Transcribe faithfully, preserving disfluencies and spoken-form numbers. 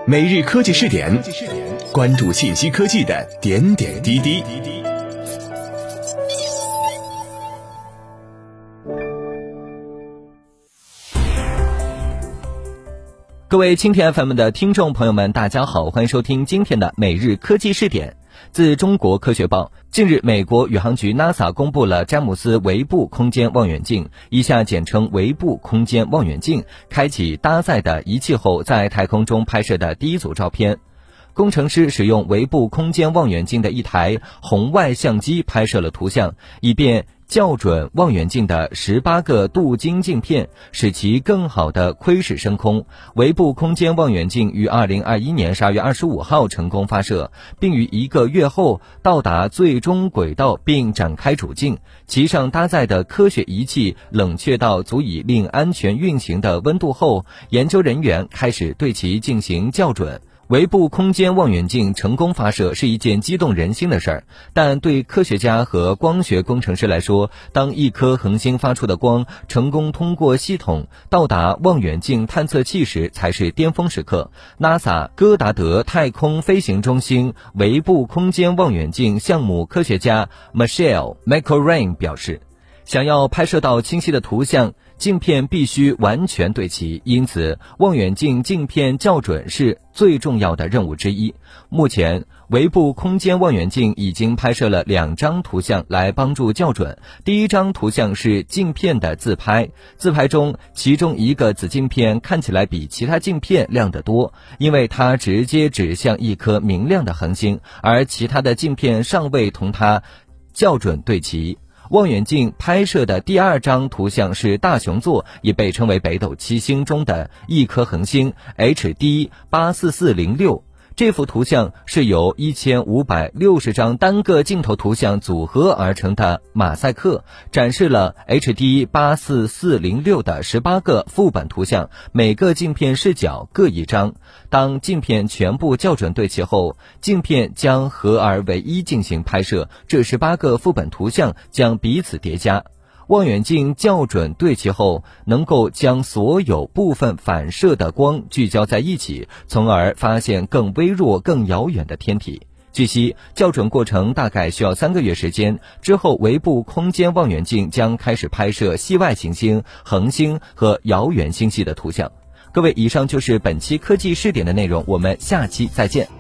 每日科技视点，关注信息科技的点点滴滴。 各位蜻蜓 F M 的听众朋友们，大家好，欢迎收听今天的每日科技视点。自中国科学报，近日美国宇航局 NASA 公布了詹姆斯韦布空间望远镜，以下简称韦布空间望远镜，开启搭载的仪器后在太空中拍摄的第一组照片。工程师使用韦布空间望远镜的一台红外相机拍摄了图像，以便校准望远镜的十八个镀金镜片，使其更好地窥视深空。韦布空间望远镜于二零二一年十二月二十五号成功发射，并于一个月后到达最终轨道并展开主镜。其上搭载的科学仪器冷却到足以令安全运行的温度后，研究人员开始对其进行校准。韦布空间望远镜成功发射是一件激动人心的事儿，但对科学家和光学工程师来说，当一颗恒星发出的光成功通过系统到达望远镜探测器时才是巅峰时刻。 NASA 戈达德太空飞行中心韦布空间望远镜项目科学家 Michelle McElrain 表示，想要拍摄到清晰的图像，镜片必须完全对齐，因此望远镜镜片校准是最重要的任务之一。目前韦布空间望远镜已经拍摄了两张图像来帮助校准。第一张图像是镜片的自拍，自拍中其中一个子镜片看起来比其他镜片亮得多，因为它直接指向一颗明亮的恒星，而其他的镜片尚未同它校准对齐。望远镜拍摄的第二张图像是大熊座，也被称为北斗七星中的一颗恒星 H D 八四四零六。这幅图像是由一千五百六十张单个镜头图像组合而成的马赛克，展示了 H D 八四四零六的十八个副本图像，每个镜片视角各一张。当镜片全部校准对齐后，镜片将合而为一进行拍摄，这十八个副本图像将彼此叠加。望远镜校准对齐后，能够将所有部分反射的光聚焦在一起，从而发现更微弱、更遥远的天体。据悉，校准过程大概需要三个月时间，之后韦布空间望远镜将开始拍摄系外行星、恒星和遥远星系的图像。各位，以上就是本期科技视点的内容，我们下期再见。